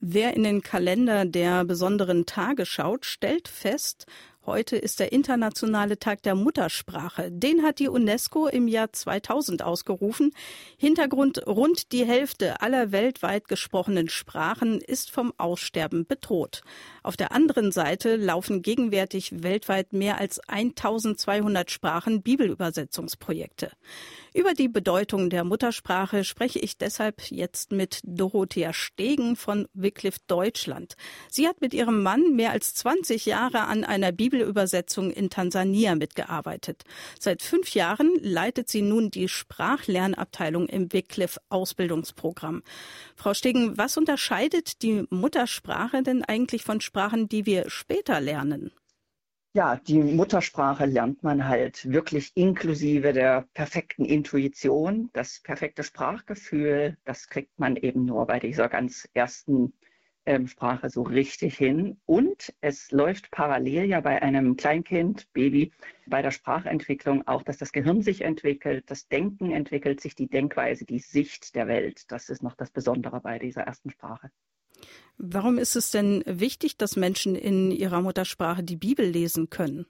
Wer in den Kalender der besonderen Tage schaut, stellt fest, heute ist der Internationale Tag der Muttersprache. Den hat die UNESCO im Jahr 2000 ausgerufen. Hintergrund: rund die Hälfte aller weltweit gesprochenen Sprachen ist vom Aussterben bedroht. Auf der anderen Seite laufen gegenwärtig weltweit mehr als 1200 Sprachen Bibelübersetzungsprojekte. Über die Bedeutung der Muttersprache spreche ich deshalb jetzt mit Dorothea Stegen von Wycliffe Deutschland. Sie hat mit ihrem Mann mehr als 20 Jahre an einer Bibelübersetzung in Tansania mitgearbeitet. Seit 5 Jahren leitet sie nun die Sprachlernabteilung im Wycliffe Ausbildungsprogramm. Frau Stegen, was unterscheidet die Muttersprache denn eigentlich von Sprachen, die wir später lernen? Ja, die Muttersprache lernt man halt wirklich inklusive der perfekten Intuition. Das perfekte Sprachgefühl, das kriegt man eben nur bei dieser ganz ersten Sprache so richtig hin. Und es läuft parallel ja bei einem Kleinkind, Baby, bei der Sprachentwicklung auch, dass das Gehirn sich entwickelt, das Denken entwickelt sich, die Denkweise, die Sicht der Welt. Das ist noch das Besondere bei dieser ersten Sprache. Warum ist es denn wichtig, dass Menschen in ihrer Muttersprache die Bibel lesen können?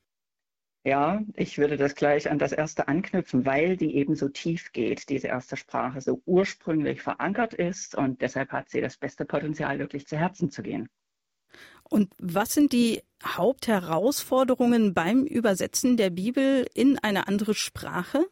Ja, ich würde das gleich an das erste anknüpfen, weil die eben so tief geht, diese erste Sprache so ursprünglich verankert ist und deshalb hat sie das beste Potenzial, wirklich zu Herzen zu gehen. Und was sind die Hauptherausforderungen beim Übersetzen der Bibel in eine andere Sprache?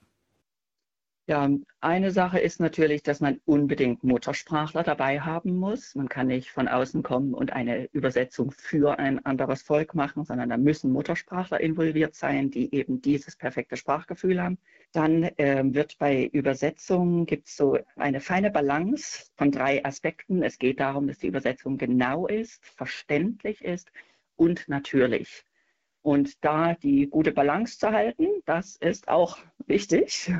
Ja, eine Sache ist natürlich, dass man unbedingt Muttersprachler dabei haben muss. Man kann nicht von außen kommen und eine Übersetzung für ein anderes Volk machen, sondern da müssen Muttersprachler involviert sein, die eben dieses perfekte Sprachgefühl haben. Dann wird bei Übersetzungen, gibt es so eine feine Balance von 3 Aspekten. Es geht darum, dass die Übersetzung genau ist, verständlich ist und natürlich. Und da die gute Balance zu halten, das ist auch wichtig.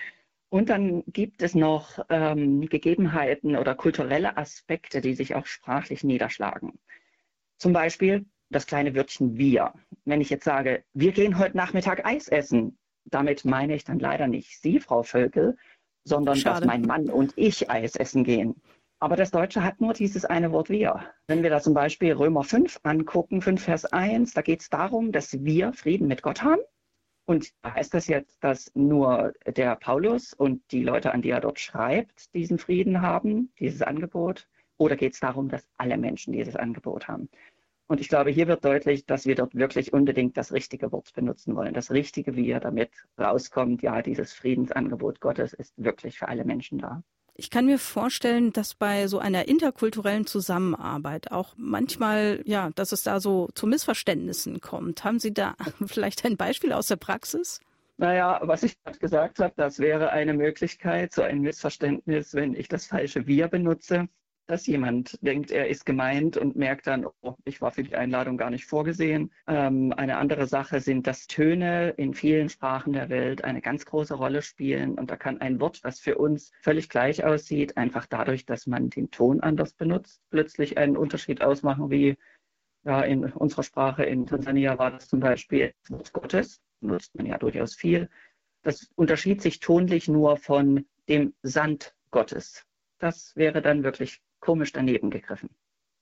Und dann gibt es noch Gegebenheiten oder kulturelle Aspekte, die sich auch sprachlich niederschlagen. Zum Beispiel das kleine Wörtchen wir. Wenn ich jetzt sage, wir gehen heute Nachmittag Eis essen, damit meine ich dann leider nicht Sie, Frau Völkel, sondern Schade. dass mein Mann und ich Eis essen gehen. Aber das Deutsche hat nur dieses eine Wort wir. Wenn wir da zum Beispiel Römer 5 angucken, 5 Vers 1, da geht es darum, dass wir Frieden mit Gott haben. Und heißt das jetzt, dass nur der Paulus und die Leute, an die er dort schreibt, diesen Frieden haben, dieses Angebot? Oder geht es darum, dass alle Menschen dieses Angebot haben? Und ich glaube, hier wird deutlich, dass wir dort wirklich unbedingt das richtige Wort benutzen wollen. Das richtige Wir, damit rauskommt, ja, dieses Friedensangebot Gottes ist wirklich für alle Menschen da. Ich kann mir vorstellen, dass bei so einer interkulturellen Zusammenarbeit auch manchmal, ja, dass es da so zu Missverständnissen kommt. Haben Sie da vielleicht ein Beispiel aus der Praxis? Naja, was ich gerade gesagt habe, das wäre eine Möglichkeit, so ein Missverständnis, wenn ich das falsche Wir benutze, dass jemand denkt, er ist gemeint und merkt dann, oh, ich war für die Einladung gar nicht vorgesehen. Eine andere Sache sind, dass Töne in vielen Sprachen der Welt eine ganz große Rolle spielen. Und da kann ein Wort, das für uns völlig gleich aussieht, einfach dadurch, dass man den Ton anders benutzt, plötzlich einen Unterschied ausmachen, wie ja, in unserer Sprache in Tansania war das zum Beispiel das Wort Gottes, nutzt man ja durchaus viel. Das unterschied sich tonlich nur von dem Sand Gottes. Das wäre dann wirklich komisch daneben gegriffen.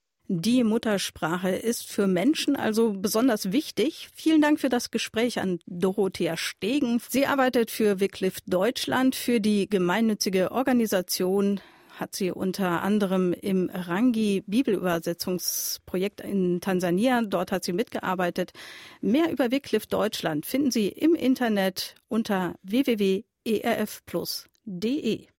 Die Muttersprache ist für Menschen also besonders wichtig. Vielen Dank für das Gespräch an Dorothea Stegen. Sie arbeitet für Wycliffe Deutschland. Für die gemeinnützige Organisation hat sie unter anderem im Rangi Bibelübersetzungsprojekt in Tansania. Dort hat sie mitgearbeitet. Mehr über Wycliffe Deutschland finden Sie im Internet unter www.erfplus.de.